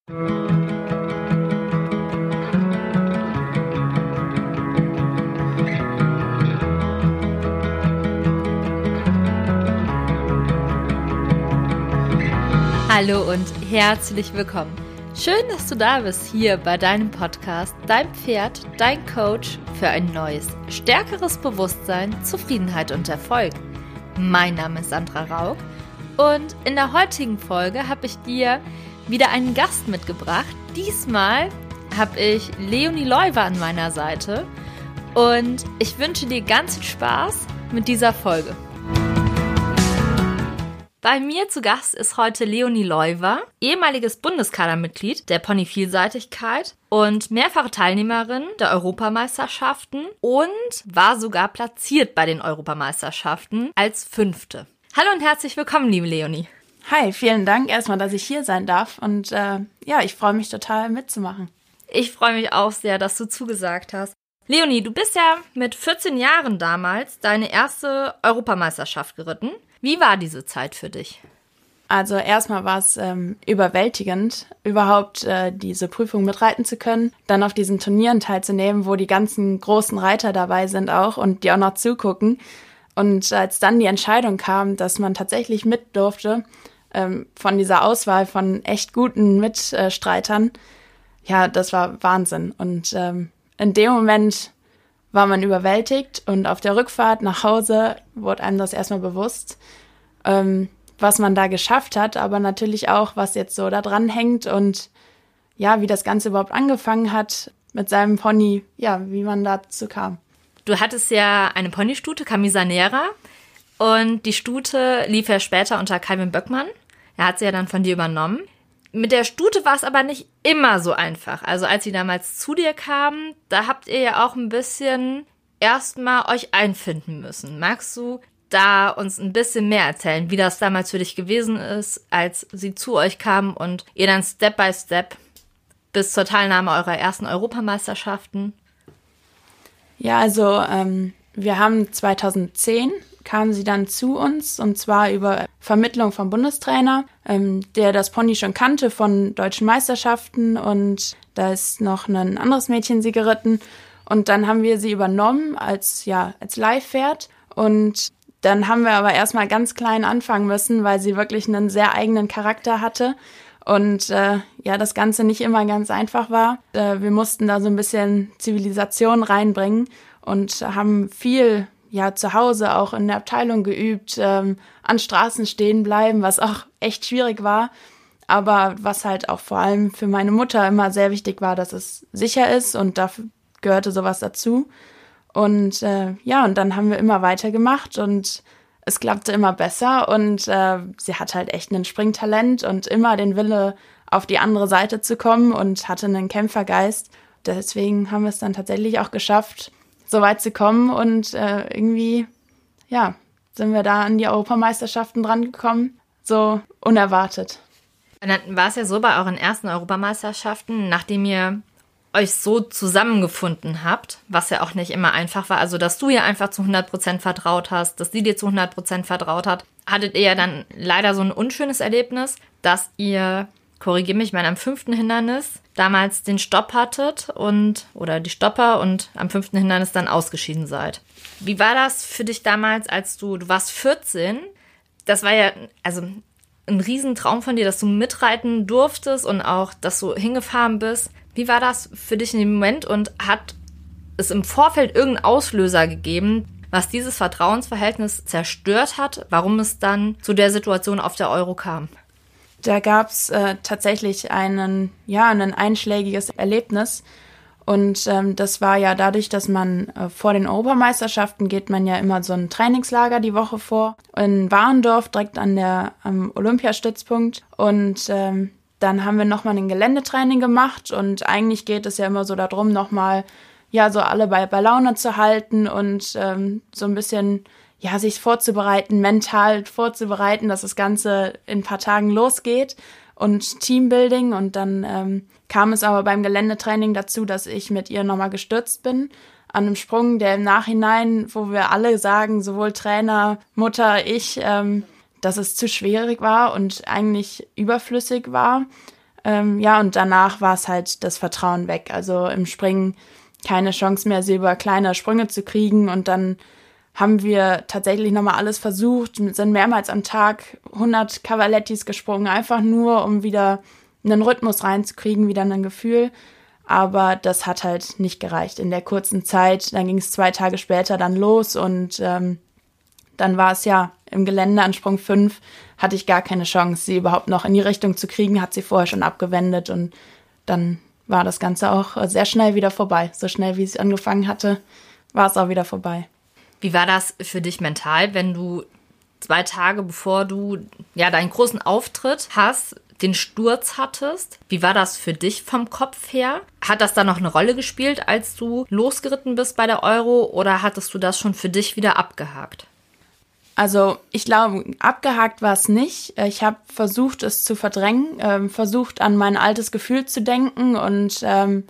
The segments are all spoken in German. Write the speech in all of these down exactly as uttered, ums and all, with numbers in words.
Hallo und herzlich willkommen. Schön, dass du da bist hier bei deinem Podcast, dein Pferd, dein Coach für ein neues, stärkeres Bewusstsein, Zufriedenheit und Erfolg. Mein Name ist Sandra Rauch und in der heutigen Folge habe ich dir wieder einen Gast mitgebracht. Diesmal habe ich Leonie Leuwer an meiner Seite und ich wünsche dir ganz viel Spaß mit dieser Folge. Bei mir zu Gast ist heute Leonie Leuwer, ehemaliges Bundeskadermitglied der Ponyvielseitigkeit und mehrfache Teilnehmerin der Europameisterschaften und war sogar platziert bei den Europameisterschaften als Fünfte. Hallo und herzlich willkommen, liebe Leonie. Hi, vielen Dank erstmal, dass ich hier sein darf und äh, ja, ich freue mich total mitzumachen. Ich freue mich auch sehr, dass du zugesagt hast. Leonie, du bist ja mit vierzehn Jahren damals deine erste Europameisterschaft geritten. Wie war diese Zeit für dich? Also erstmal war es ähm, überwältigend, überhaupt äh, diese Prüfung mitreiten zu können, dann auf diesen Turnieren teilzunehmen, wo die ganzen großen Reiter dabei sind auch und die auch noch zugucken. Und als dann die Entscheidung kam, dass man tatsächlich mit durfte, ähm, von dieser Auswahl von echt guten Mitstreitern, ja, das war Wahnsinn. Und ähm, in dem Moment war man überwältigt und auf der Rückfahrt nach Hause wurde einem das erstmal bewusst, ähm, was man da geschafft hat, aber natürlich auch, was jetzt so da dran hängt und ja, wie das Ganze überhaupt angefangen hat mit seinem Pony, ja, wie man dazu kam. Du hattest ja eine Ponystute, Camisa Nera, und die Stute lief ja später unter Calvin Böckmann. Er hat sie ja dann von dir übernommen. Mit der Stute war es aber nicht immer so einfach. Also als sie damals zu dir kam, da habt ihr ja auch ein bisschen erstmal euch einfinden müssen. Magst du da uns ein bisschen mehr erzählen, wie das damals für dich gewesen ist, als sie zu euch kam und ihr dann Step by Step bis zur Teilnahme eurer ersten Europameisterschaften? Ja, also ähm, wir haben zweitausendzehn kam sie dann zu uns, und zwar über Vermittlung vom Bundestrainer, ähm, der das Pony schon kannte von deutschen Meisterschaften, und da ist noch ein anderes Mädchen sie geritten, und dann haben wir sie übernommen als ja als Leihpferd, und dann haben wir aber erstmal ganz klein anfangen müssen, weil sie wirklich einen sehr eigenen Charakter hatte und äh, ja das Ganze nicht immer ganz einfach war. Äh, wir mussten da so ein bisschen Zivilisation reinbringen und haben viel ja zu Hause auch in der Abteilung geübt, ähm, an Straßen stehen bleiben, was auch echt schwierig war, aber was halt auch vor allem für meine Mutter immer sehr wichtig war, dass es sicher ist, und dafür gehörte sowas dazu. Und äh, ja, und dann haben wir immer weitergemacht und es klappte immer besser, und äh, sie hat halt echt ein Springtalent und immer den Wille, auf die andere Seite zu kommen, und hatte einen Kämpfergeist. Deswegen haben wir es dann tatsächlich auch geschafft, so weit zu kommen, und äh, irgendwie, ja, sind wir da an die Europameisterschaften dran gekommen, so unerwartet. Und dann war es ja so bei euren ersten Europameisterschaften, nachdem ihr euch so zusammengefunden habt, was ja auch nicht immer einfach war, also dass du ihr einfach zu hundert Prozent vertraut hast, dass sie dir zu hundert Prozent vertraut hat, hattet ihr ja dann leider so ein unschönes Erlebnis, dass ihr, korrigier mich, ich meine, am fünften Hindernis damals den Stopp hattet und oder die Stopper und am fünften Hindernis dann ausgeschieden seid. Wie war das für dich damals, als du, du warst vierzehn, das war ja also ein Riesentraum von dir, dass du mitreiten durftest und auch, dass du hingefahren bist. Wie war das für dich in dem Moment, und hat es im Vorfeld irgendeinen Auslöser gegeben, was dieses Vertrauensverhältnis zerstört hat, warum es dann zu der Situation auf der Euro kam? Da gab es äh, tatsächlich einen, ja, ein einschlägiges Erlebnis. Und ähm, das war ja dadurch, dass man äh, vor den Europameisterschaften geht man ja immer so ein Trainingslager die Woche vor. In Warendorf, direkt an der am Olympiastützpunkt. Und ähm, dann haben wir nochmal ein Geländetraining gemacht. Und eigentlich geht es ja immer so darum, nochmal ja so alle bei, bei Laune zu halten und ähm, so ein bisschen ja, sich vorzubereiten, mental vorzubereiten, dass das Ganze in ein paar Tagen losgeht, und Teambuilding. Und dann ähm, kam es aber beim Geländetraining dazu, dass ich mit ihr nochmal gestürzt bin an einem Sprung, der im Nachhinein, wo wir alle sagen, sowohl Trainer, Mutter, ich, ähm, dass es zu schwierig war und eigentlich überflüssig war. Ähm, ja, und danach war es halt das Vertrauen weg. Also im Springen keine Chance mehr, sie über kleine Sprünge zu kriegen. Und dann haben wir tatsächlich nochmal alles versucht, sind mehrmals am Tag hundert Cavalettis gesprungen, einfach nur, um wieder einen Rhythmus reinzukriegen, wieder ein Gefühl. Aber das hat halt nicht gereicht in der kurzen Zeit. Dann ging es zwei Tage später dann los und ähm, dann war es ja im Gelände an Sprung fünf, hatte ich gar keine Chance, sie überhaupt noch in die Richtung zu kriegen, hat sie vorher schon abgewendet und dann war das Ganze auch sehr schnell wieder vorbei. So schnell, wie es angefangen hatte, war es auch wieder vorbei. Wie war das für dich mental, wenn du zwei Tage bevor du ja deinen großen Auftritt hast, den Sturz hattest? Wie war das für dich vom Kopf her? Hat das da noch eine Rolle gespielt, als du losgeritten bist bei der Euro, oder hattest du das schon für dich wieder abgehakt? Also ich glaube, abgehakt war es nicht. Ich habe versucht, es zu verdrängen, ähm, versucht, an mein altes Gefühl zu denken und ähm,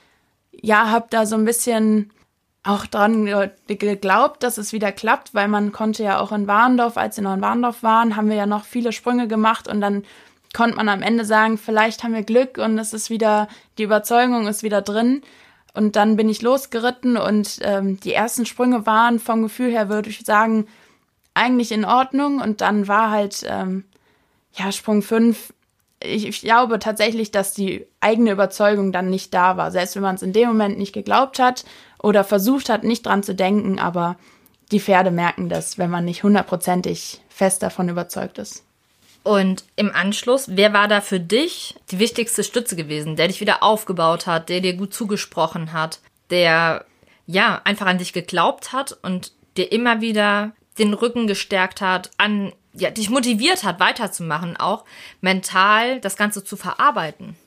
ja, habe da so ein bisschen auch dran geglaubt, dass es wieder klappt, weil man konnte ja auch in Warndorf, als wir noch in Warndorf waren, haben wir ja noch viele Sprünge gemacht und dann konnte man am Ende sagen, vielleicht haben wir Glück und es ist wieder, die Überzeugung ist wieder drin. Und dann bin ich losgeritten und ähm, die ersten Sprünge waren vom Gefühl her, würde ich sagen, eigentlich in Ordnung. Und dann war halt, ähm, ja, Sprung fünf, ich, ich glaube tatsächlich, dass die eigene Überzeugung dann nicht da war. Selbst wenn man es in dem Moment nicht geglaubt hat oder versucht hat, nicht dran zu denken. Aber die Pferde merken das, wenn man nicht hundertprozentig fest davon überzeugt ist. Und im Anschluss, wer war da für dich die wichtigste Stütze gewesen, der dich wieder aufgebaut hat, der dir gut zugesprochen hat, der ja einfach an dich geglaubt hat und dir immer wieder den Rücken gestärkt hat, an ja dich motiviert hat, weiterzumachen, auch mental das Ganze zu verarbeiten?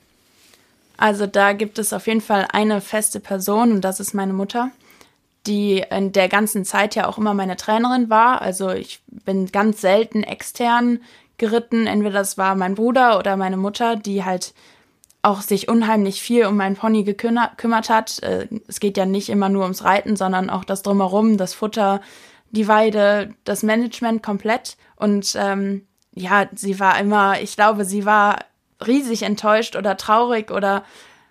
Also da gibt es auf jeden Fall eine feste Person und das ist meine Mutter, die in der ganzen Zeit ja auch immer meine Trainerin war. Also ich bin ganz selten extern geritten. Entweder das war mein Bruder oder meine Mutter, die halt auch sich unheimlich viel um meinen Pony gekümmert hat. Es geht ja nicht immer nur ums Reiten, sondern auch das Drumherum, das Futter, die Weide, das Management komplett. Und ähm, ja, sie war immer, ich glaube, sie war riesig enttäuscht oder traurig oder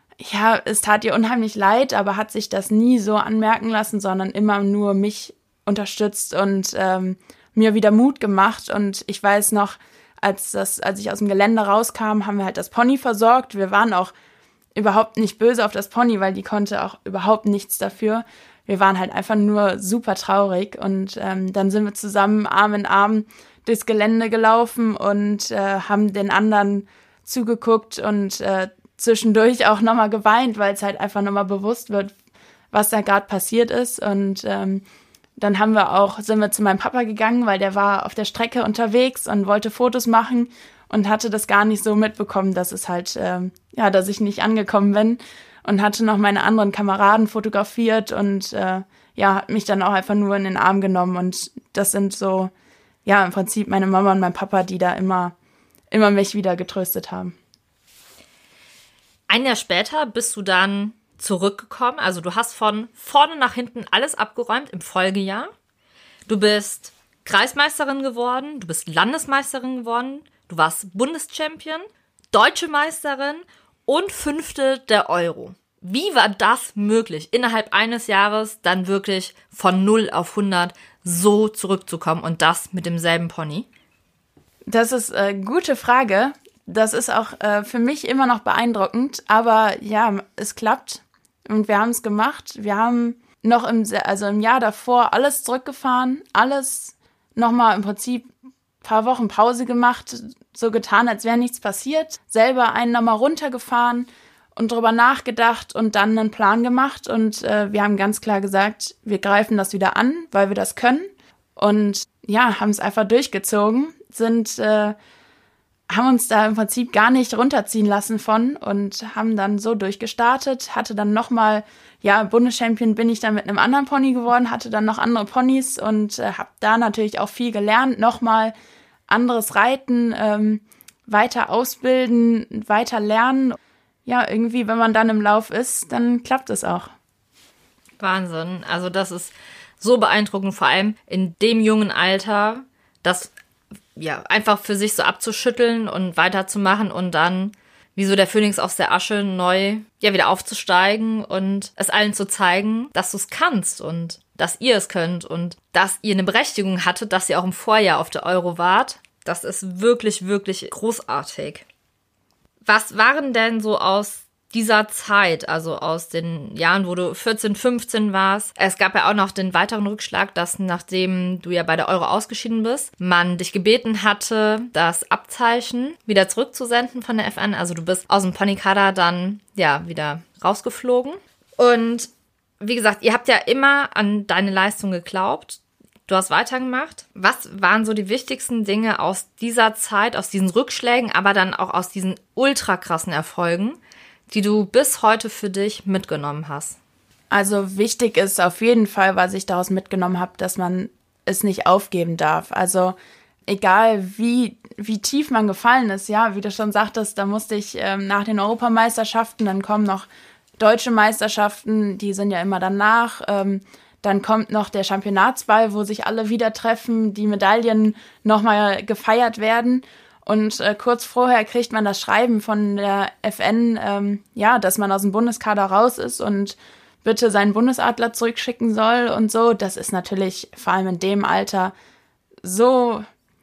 ja, es tat ihr unheimlich leid, aber hat sich das nie so anmerken lassen, sondern immer nur mich unterstützt und ähm, mir wieder Mut gemacht. Und ich weiß noch, als das, als ich aus dem Gelände rauskam, haben wir halt das Pony versorgt. Wir waren auch überhaupt nicht böse auf das Pony, weil die konnte auch überhaupt nichts dafür. Wir waren halt einfach nur super traurig und ähm, dann sind wir zusammen Arm in Arm durchs Gelände gelaufen und äh, haben den anderen zugeguckt und äh, zwischendurch auch nochmal geweint, weil es halt einfach nochmal bewusst wird, was da gerade passiert ist. Und ähm, dann haben wir auch, sind wir zu meinem Papa gegangen, weil der war auf der Strecke unterwegs und wollte Fotos machen und hatte das gar nicht so mitbekommen, dass es halt, ähm, ja, dass ich nicht angekommen bin und hatte noch meine anderen Kameraden fotografiert und äh, ja, hat mich dann auch einfach nur in den Arm genommen. Und das sind so, ja, im Prinzip meine Mama und mein Papa, die da immer, immer mich wieder getröstet haben. Ein Jahr später bist du dann zurückgekommen. Also du hast von vorne nach hinten alles abgeräumt im Folgejahr. Du bist Kreismeisterin geworden, du bist Landesmeisterin geworden, du warst Bundeschampion, Deutsche Meisterin und Fünfte der Euro. Wie war das möglich, innerhalb eines Jahres dann wirklich von null auf hundert so zurückzukommen und das mit demselben Pony? Das ist eine gute Frage. Das ist auch äh, für mich immer noch beeindruckend, aber ja, es klappt und wir haben es gemacht. Wir haben noch im, also im Jahr davor alles zurückgefahren, alles nochmal im Prinzip ein paar Wochen Pause gemacht, so getan, als wäre nichts passiert, selber einen nochmal runtergefahren und drüber nachgedacht und dann einen Plan gemacht und äh, wir haben ganz klar gesagt, wir greifen das wieder an, weil wir das können und ja, haben es einfach durchgezogen, sind äh, haben uns da im Prinzip gar nicht runterziehen lassen von und haben dann so durchgestartet, hatte dann nochmal, ja, Bundeschampion bin ich dann mit einem anderen Pony geworden, hatte dann noch andere Ponys und äh, habe da natürlich auch viel gelernt, nochmal anderes Reiten, ähm, weiter ausbilden, weiter lernen. Ja, irgendwie, wenn man dann im Lauf ist, dann klappt es auch. Wahnsinn, also das ist so beeindruckend, vor allem in dem jungen Alter, das ja, einfach für sich so abzuschütteln und weiterzumachen und dann wie so der Phönix aus der Asche neu ja wieder aufzusteigen und es allen zu zeigen, dass du es kannst und dass ihr es könnt und dass ihr eine Berechtigung hattet, dass ihr auch im Vorjahr auf der Euro wart. Das ist wirklich, wirklich großartig. Was waren denn so aus dieser Zeit, also aus den Jahren, wo du vierzehn, fünfzehn warst? Es gab ja auch noch den weiteren Rückschlag, dass nachdem du ja bei der Euro ausgeschieden bist, man dich gebeten hatte, das Abzeichen wieder zurückzusenden von der F N. Also du bist aus dem Ponykader dann ja wieder rausgeflogen. Und wie gesagt, ihr habt ja immer an deine Leistung geglaubt. Du hast weitergemacht. Was waren so die wichtigsten Dinge aus dieser Zeit, aus diesen Rückschlägen, aber dann auch aus diesen ultra krassen Erfolgen, die du bis heute für dich mitgenommen hast? Also wichtig ist auf jeden Fall, was ich daraus mitgenommen habe, dass man es nicht aufgeben darf. Also egal wie, wie tief man gefallen ist, ja, wie du schon sagtest, da musste ich ähm, nach den Europameisterschaften, dann kommen noch deutsche Meisterschaften, die sind ja immer danach, ähm, dann kommt noch der Championatsball, wo sich alle wieder treffen, die Medaillen nochmal gefeiert werden. Und äh, kurz vorher kriegt man das Schreiben von der F N, ähm, ja, dass man aus dem Bundeskader raus ist und bitte seinen Bundesadler zurückschicken soll und so. Das ist natürlich vor allem in dem Alter so,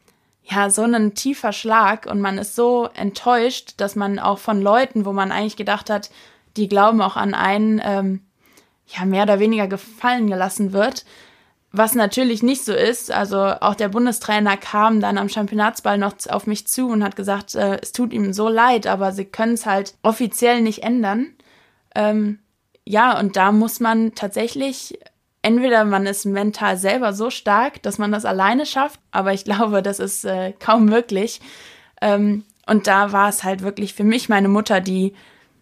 ja, so ein tiefer Schlag. Und man ist so enttäuscht, dass man auch von Leuten, wo man eigentlich gedacht hat, die glauben auch an einen, ähm, ja, mehr oder weniger gefallen gelassen wird. Was natürlich nicht so ist, also auch der Bundestrainer kam dann am Championatsball noch auf mich zu und hat gesagt, äh, es tut ihm so leid, aber sie können es halt offiziell nicht ändern. Ähm, ja, und da muss man tatsächlich, entweder man ist mental selber so stark, dass man das alleine schafft, aber ich glaube, das ist äh, kaum möglich. Ähm, und da war es halt wirklich für mich meine Mutter, die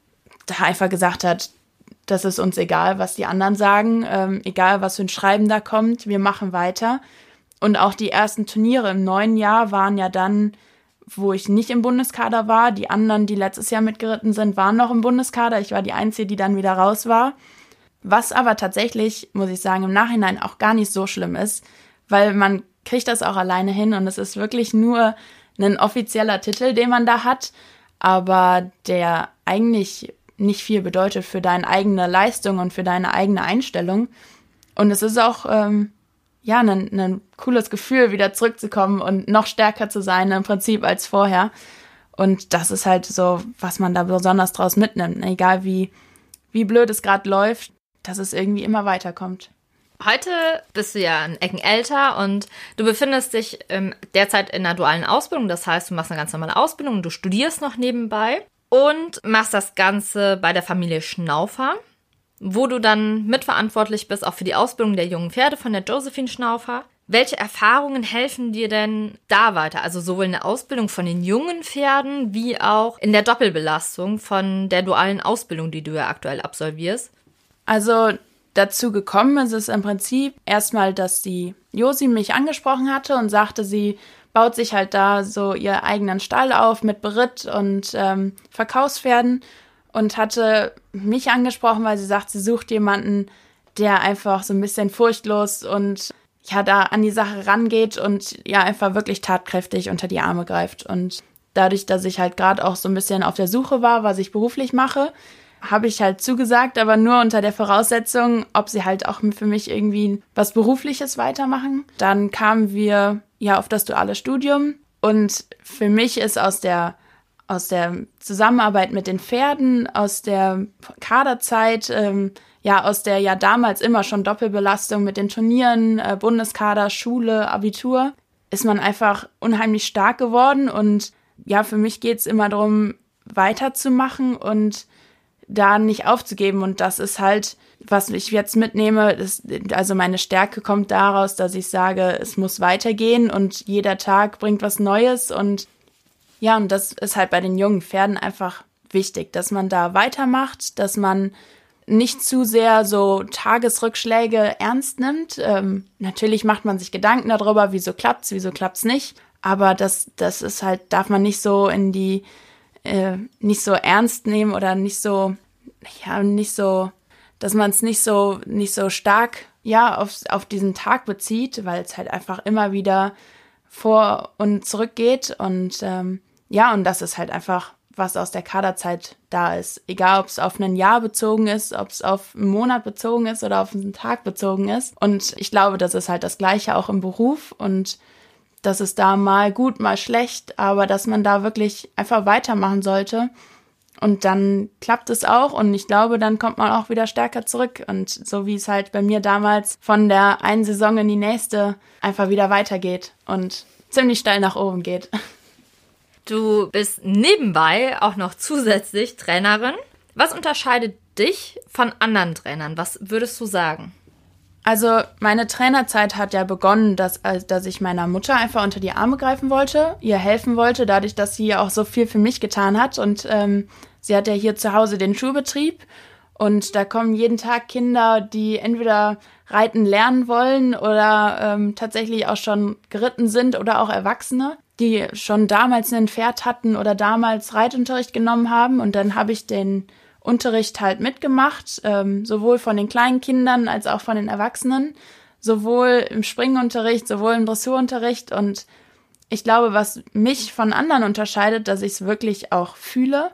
da einfach gesagt hat, das ist uns egal, was die anderen sagen, ähm, egal, was für ein Schreiben da kommt, wir machen weiter. Und auch die ersten Turniere im neuen Jahr waren ja dann, wo ich nicht im Bundeskader war. Die anderen, die letztes Jahr mitgeritten sind, waren noch im Bundeskader. Ich war die Einzige, die dann wieder raus war. Was aber tatsächlich, muss ich sagen, im Nachhinein auch gar nicht so schlimm ist, weil man kriegt das auch alleine hin und es ist wirklich nur ein offizieller Titel, den man da hat, aber der eigentlich nicht viel bedeutet für deine eigene Leistung und für deine eigene Einstellung. Und es ist auch ähm, ja ein, ein cooles Gefühl, wieder zurückzukommen und noch stärker zu sein im Prinzip als vorher. Und das ist halt so, was man da besonders draus mitnimmt. Egal wie, wie blöd es gerade läuft, dass es irgendwie immer weiterkommt. Heute bist du ja ein Ecken älter und du befindest dich ähm, derzeit in einer dualen Ausbildung. Das heißt, du machst eine ganz normale Ausbildung und du studierst noch nebenbei. Und machst das Ganze bei der Familie Schnaufer, wo du dann mitverantwortlich bist, auch für die Ausbildung der jungen Pferde von der Josephine Schnaufer. Welche Erfahrungen helfen dir denn da weiter? Also sowohl in der Ausbildung von den jungen Pferden, wie auch in der Doppelbelastung von der dualen Ausbildung, die du ja aktuell absolvierst? Also dazu gekommen ist es im Prinzip erstmal, dass die Josi mich angesprochen hatte und sagte, sie baut sich halt da so ihr eigenen Stall auf mit Beritt und ähm, Verkaufspferden und hatte mich angesprochen, weil sie sagt, sie sucht jemanden, der einfach so ein bisschen furchtlos und ja da an die Sache rangeht und ja einfach wirklich tatkräftig unter die Arme greift. Und dadurch, dass ich halt gerade auch so ein bisschen auf der Suche war, was ich beruflich mache, habe ich halt zugesagt, aber nur unter der Voraussetzung, ob sie halt auch für mich irgendwie was Berufliches weitermachen. Dann kamen wir ja auf das duale Studium und für mich ist aus der aus der Zusammenarbeit mit den Pferden, aus der Kaderzeit, ähm, ja aus der ja damals immer schon Doppelbelastung mit den Turnieren, äh, Bundeskader, Schule, Abitur, ist man einfach unheimlich stark geworden und ja, für mich geht's immer darum, weiterzumachen und da nicht aufzugeben. Und das ist halt, was ich jetzt mitnehme, ist, also meine Stärke kommt daraus, dass ich sage, es muss weitergehen und jeder Tag bringt was Neues. Und ja, und das ist halt bei den jungen Pferden einfach wichtig, dass man da weitermacht, dass man nicht zu sehr so Tagesrückschläge ernst nimmt. Ähm, natürlich macht man sich Gedanken darüber, wieso klappt's, wieso klappt's nicht. Aber das, das ist halt, darf man nicht so in die Äh, nicht so ernst nehmen oder nicht so, ja, nicht so, dass man es nicht so, nicht so stark, ja, auf, auf diesen Tag bezieht, weil es halt einfach immer wieder vor und zurück geht und, ähm, ja, und dass es halt einfach was aus der Kaderzeit da ist. Egal, ob es auf ein Jahr bezogen ist, ob es auf einen Monat bezogen ist oder auf einen Tag bezogen ist. Und ich glaube, das ist halt das Gleiche auch im Beruf und das ist da mal gut, mal schlecht, aber dass man da wirklich einfach weitermachen sollte. Und dann klappt es auch und ich glaube, dann kommt man auch wieder stärker zurück. Und so wie es halt bei mir damals von der einen Saison in die nächste einfach wieder weitergeht und ziemlich steil nach oben geht. Du bist nebenbei auch noch zusätzlich Trainerin. Was unterscheidet dich von anderen Trainern? Was würdest du sagen? Also meine Trainerzeit hat ja begonnen, dass, dass ich meiner Mutter einfach unter die Arme greifen wollte, ihr helfen wollte, dadurch, dass sie ja auch so viel für mich getan hat. Und ähm, sie hat ja hier zu Hause den Schulbetrieb und da kommen jeden Tag Kinder, die entweder reiten lernen wollen oder ähm, tatsächlich auch schon geritten sind oder auch Erwachsene, die schon damals ein Pferd hatten oder damals Reitunterricht genommen haben. Und dann habe ich den Unterricht halt mitgemacht, ähm, sowohl von den kleinen Kindern als auch von den Erwachsenen, sowohl im Springunterricht, sowohl im Dressurunterricht. Und ich glaube, was mich von anderen unterscheidet, dass ich es wirklich auch fühle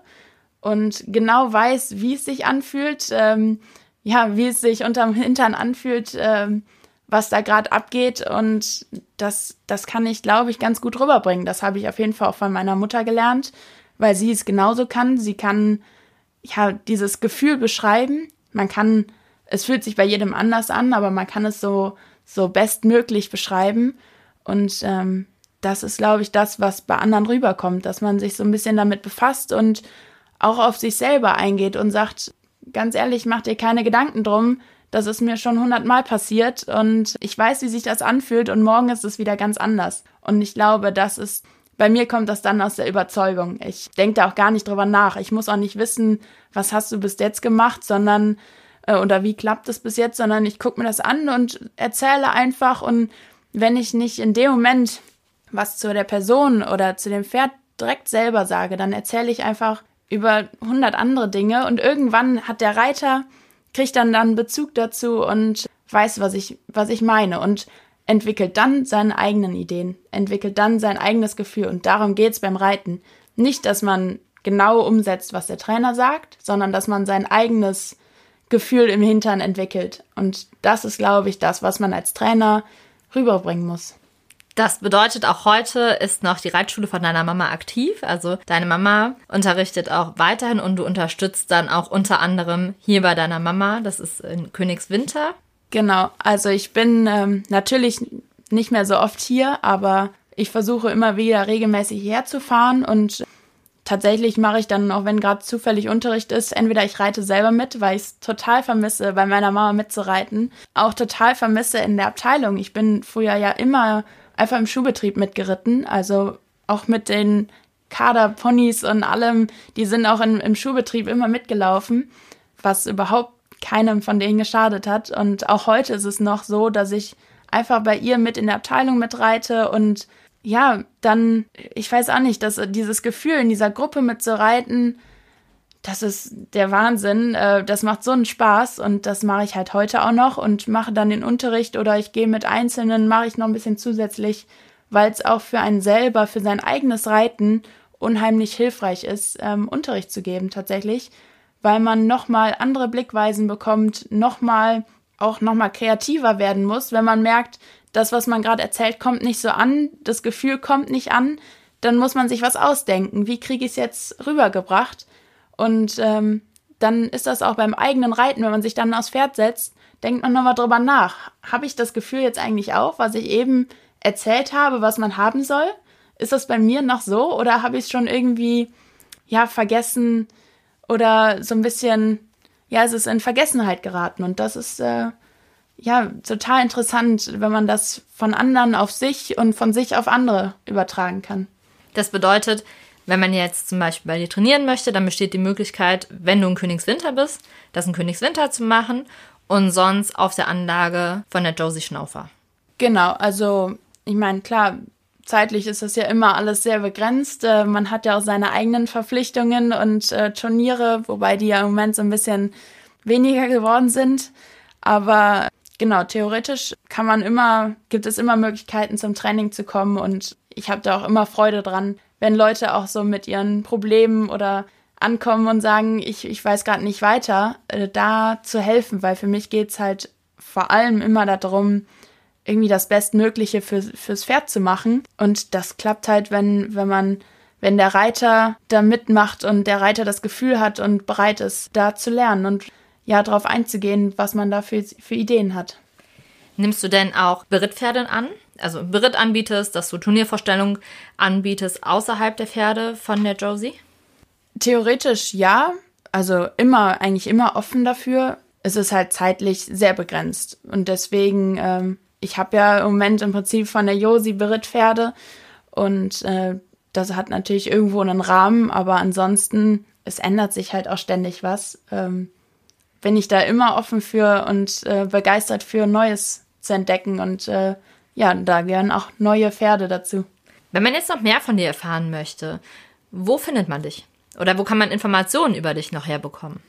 und genau weiß, wie es sich anfühlt, ähm, ja, wie es sich unterm Hintern anfühlt, ähm, was da gerade abgeht. Und das, das kann ich, glaube ich, ganz gut rüberbringen. Das habe ich auf jeden Fall auch von meiner Mutter gelernt, weil sie es genauso kann. Sie kann ja dieses Gefühl beschreiben. Man kann, es fühlt sich bei jedem anders an, aber man kann es so, so bestmöglich beschreiben. Und ähm, das ist, glaube ich, das, was bei anderen rüberkommt, dass man sich so ein bisschen damit befasst und auch auf sich selber eingeht und sagt, ganz ehrlich, mach dir keine Gedanken drum, das ist mir schon hundertmal passiert und ich weiß, wie sich das anfühlt und morgen ist es wieder ganz anders. Und ich glaube, das ist, bei mir kommt das dann aus der Überzeugung. Ich denke da auch gar nicht drüber nach. Ich muss auch nicht wissen, was hast du bis jetzt gemacht, sondern äh, oder wie klappt es bis jetzt, sondern ich gucke mir das an und erzähle einfach. Und wenn ich nicht in dem Moment was zu der Person oder zu dem Pferd direkt selber sage, dann erzähle ich einfach über hundert andere Dinge und irgendwann hat der Reiter, kriegt dann dann Bezug dazu und weiß, was ich, was ich meine und entwickelt dann seine eigenen Ideen, entwickelt dann sein eigenes Gefühl und darum geht's beim Reiten. Nicht, dass man genau umsetzt, was der Trainer sagt, sondern dass man sein eigenes Gefühl im Hintern entwickelt und das ist, glaube ich, das, was man als Trainer rüberbringen muss. Das bedeutet, auch heute ist noch die Reitschule von deiner Mama aktiv. Also deine Mama unterrichtet auch weiterhin und du unterstützt dann auch unter anderem hier bei deiner Mama. Das ist in Königswinter. Genau, also ich bin ähm, natürlich nicht mehr so oft hier, aber ich versuche immer wieder regelmäßig herzufahren und tatsächlich mache ich dann, auch wenn gerade zufällig Unterricht ist, entweder ich reite selber mit, weil ich es total vermisse, bei meiner Mama mitzureiten, auch total vermisse in der Abteilung. Ich bin früher ja immer einfach im Schulbetrieb mitgeritten, also auch mit den Kaderponys und allem, die sind auch in, im Schulbetrieb immer mitgelaufen, was überhaupt keinem von denen geschadet hat. Und auch heute ist es noch so, dass ich einfach bei ihr mit in der Abteilung mitreite und ja, dann, ich weiß auch nicht, dass dieses Gefühl, in dieser Gruppe mitzureiten, das ist der Wahnsinn. Das macht so einen Spaß und das mache ich halt heute auch noch und mache dann den Unterricht oder ich gehe mit Einzelnen, mache ich noch ein bisschen zusätzlich, weil es auch für einen selber, für sein eigenes Reiten unheimlich hilfreich ist, ähm, Unterricht zu geben tatsächlich, weil man nochmal andere Blickweisen bekommt, nochmal auch nochmal kreativer werden muss, wenn man merkt, das, was man gerade erzählt, kommt nicht so an, das Gefühl kommt nicht an, dann muss man sich was ausdenken. Wie kriege ich es jetzt rübergebracht? Und ähm, dann ist das auch beim eigenen Reiten, wenn man sich dann aufs Pferd setzt, denkt man nochmal drüber nach. Habe ich das Gefühl jetzt eigentlich auch, was ich eben erzählt habe, was man haben soll? Ist das bei mir noch so oder habe ich es schon irgendwie ja vergessen oder so ein bisschen, ja, es ist in Vergessenheit geraten und das ist äh, ja total interessant, wenn man das von anderen auf sich und von sich auf andere übertragen kann. Das bedeutet, wenn man jetzt zum Beispiel bei dir trainieren möchte, dann besteht die Möglichkeit, wenn du in Königswinter bist, das in Königswinter zu machen und sonst auf der Anlage von der Josie Schnaufer. Genau, also ich meine, klar, zeitlich ist das ja immer alles sehr begrenzt. Äh, man hat ja auch seine eigenen Verpflichtungen und äh, Turniere, wobei die ja im Moment so ein bisschen weniger geworden sind. Aber genau, theoretisch kann man immer, gibt es immer Möglichkeiten zum Training zu kommen und ich habe da auch immer Freude dran, wenn Leute auch so mit ihren Problemen oder ankommen und sagen, ich, ich weiß gerade nicht weiter, äh, da zu helfen, weil für mich geht's halt vor allem immer darum, irgendwie das Bestmögliche für, fürs Pferd zu machen. Und das klappt halt, wenn, wenn man, wenn der Reiter da mitmacht und der Reiter das Gefühl hat und bereit ist, da zu lernen und ja, darauf einzugehen, was man da für, für Ideen hat. Nimmst du denn auch Berittpferde an? Also Beritt anbietest, dass du Turniervorstellungen anbietest außerhalb der Pferde von der Josie? Theoretisch ja, also immer, eigentlich immer offen dafür. Es ist halt zeitlich sehr begrenzt und deswegen, ähm, ich habe ja im Moment im Prinzip von der Josie Berittpferde und äh, das hat natürlich irgendwo einen Rahmen, aber ansonsten, es ändert sich halt auch ständig was. Ähm, bin ich da immer offen für und äh, begeistert für Neues zu entdecken und äh, ja, da gehören auch neue Pferde dazu. Wenn man jetzt noch mehr von dir erfahren möchte, wo findet man dich? Oder wo kann man Informationen über dich noch herbekommen?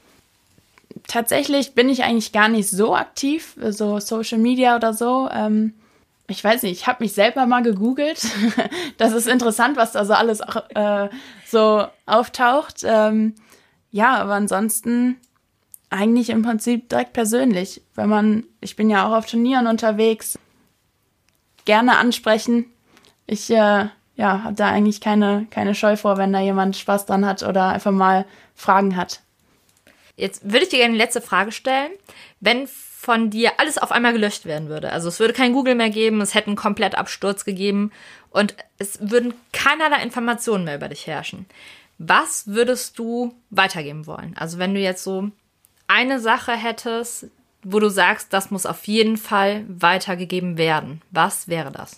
Tatsächlich bin ich eigentlich gar nicht so aktiv, so Social Media oder so. Ähm, ich weiß nicht, ich habe mich selber mal gegoogelt. Das ist interessant, was da so alles auch, äh, so auftaucht. Ähm, ja, aber ansonsten eigentlich im Prinzip direkt persönlich. Wenn man, ich bin ja auch auf Turnieren unterwegs, gerne ansprechen. Ich äh, ja, habe da eigentlich keine, keine Scheu vor, wenn da jemand Spaß dran hat oder einfach mal Fragen hat. Jetzt würde ich dir gerne die letzte Frage stellen. Wenn von dir alles auf einmal gelöscht werden würde, also es würde kein Google mehr geben, es hätte einen Komplettabsturz gegeben und es würden keinerlei Informationen mehr über dich herrschen. Was würdest du weitergeben wollen? Also wenn du jetzt so eine Sache hättest, wo du sagst, das muss auf jeden Fall weitergegeben werden, was wäre das?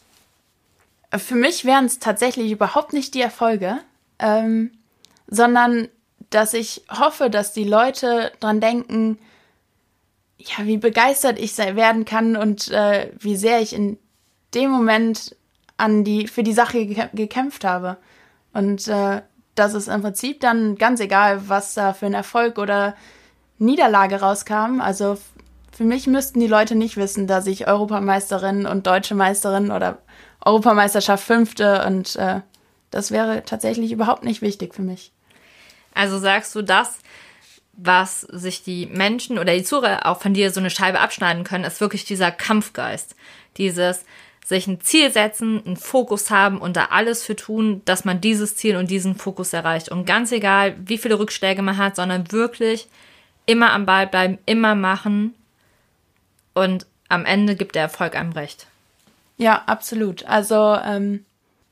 Für mich wären es tatsächlich überhaupt nicht die Erfolge, ähm, sondern dass ich hoffe, dass die Leute dran denken, ja, wie begeistert ich werden kann und äh, wie sehr ich in dem Moment an die für die Sache ge- gekämpft habe. Und äh, das ist im Prinzip dann ganz egal, was da für ein Erfolg oder Niederlage rauskam. Also f- für mich müssten die Leute nicht wissen, dass ich Europameisterin und Deutsche Meisterin oder Europameisterschaft Fünfte und äh, das wäre tatsächlich überhaupt nicht wichtig für mich. Also sagst du, das, was sich die Menschen oder die Zuhörer auch von dir so eine Scheibe abschneiden können, ist wirklich dieser Kampfgeist. Dieses sich ein Ziel setzen, einen Fokus haben und da alles für tun, dass man dieses Ziel und diesen Fokus erreicht. Und ganz egal, wie viele Rückschläge man hat, sondern wirklich immer am Ball bleiben, immer machen und am Ende gibt der Erfolg einem recht. Ja, absolut. Also ähm,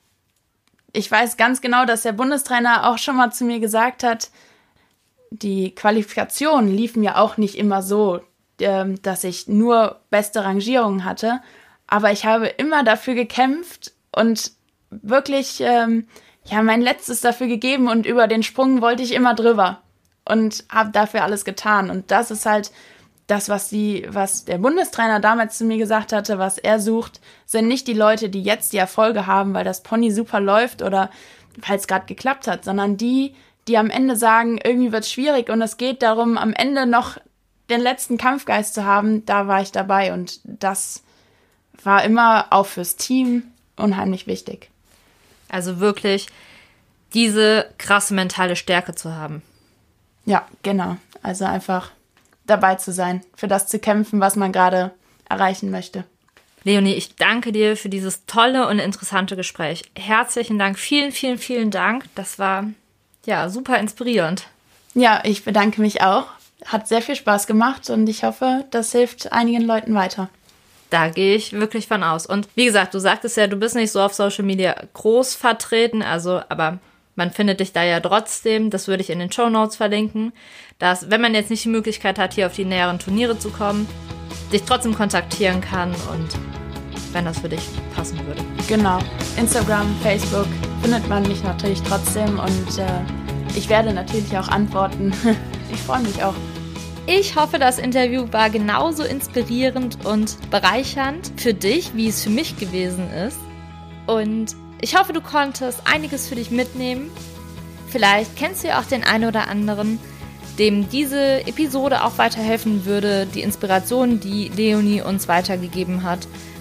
ich weiß ganz genau, dass der Bundestrainer auch schon mal zu mir gesagt hat, die Qualifikationen liefen ja auch nicht immer so, ähm, dass ich nur beste Rangierungen hatte, aber ich habe immer dafür gekämpft und wirklich ähm, ja mein Letztes dafür gegeben und über den Sprung wollte ich immer drüber und habe dafür alles getan und das ist halt das, was die, was der Bundestrainer damals zu mir gesagt hatte, was er sucht, sind nicht die Leute, die jetzt die Erfolge haben, weil das Pony super läuft oder weil es gerade geklappt hat, sondern die, die am Ende sagen, irgendwie wird es schwierig und es geht darum, am Ende noch den letzten Kampfgeist zu haben, da war ich dabei und das war immer auch fürs Team unheimlich wichtig. Also wirklich diese krasse mentale Stärke zu haben. Ja, genau. Also einfach dabei zu sein, für das zu kämpfen, was man gerade erreichen möchte. Leonie, ich danke dir für dieses tolle und interessante Gespräch. Herzlichen Dank, vielen, vielen, vielen Dank. Das war ja super inspirierend. Ja, ich bedanke mich auch. Hat sehr viel Spaß gemacht und ich hoffe, das hilft einigen Leuten weiter. Da gehe ich wirklich von aus. Und wie gesagt, du sagtest ja, du bist nicht so auf Social Media groß vertreten, also aber man findet dich da ja trotzdem. Das würde ich in den Shownotes verlinken. Dass, wenn man jetzt nicht die Möglichkeit hat, hier auf die näheren Turniere zu kommen, dich trotzdem kontaktieren kann und wenn das für dich passen würde. Genau. Instagram, Facebook findet man mich natürlich trotzdem und äh, ich werde natürlich auch antworten. Ich freue mich auch. Ich hoffe, das Interview war genauso inspirierend und bereichernd für dich, wie es für mich gewesen ist. Und ich hoffe, du konntest einiges für dich mitnehmen. Vielleicht kennst du ja auch den einen oder anderen, dem diese Episode auch weiterhelfen würde, die Inspiration, die Leonie uns weitergegeben hat.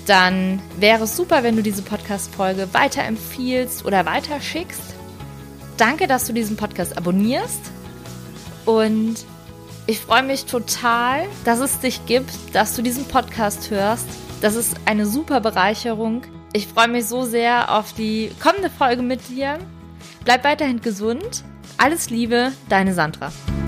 dann wäre es super, wenn du diese Podcast-Folge weiterempfiehlst oder weiterschickst. Danke, dass du diesen Podcast abonnierst und ich freue mich total, dass es dich gibt, dass du diesen Podcast hörst. Das ist eine super Bereicherung. Ich freue mich so sehr auf die kommende Folge mit dir. Bleib weiterhin gesund. Alles Liebe, deine Sandra.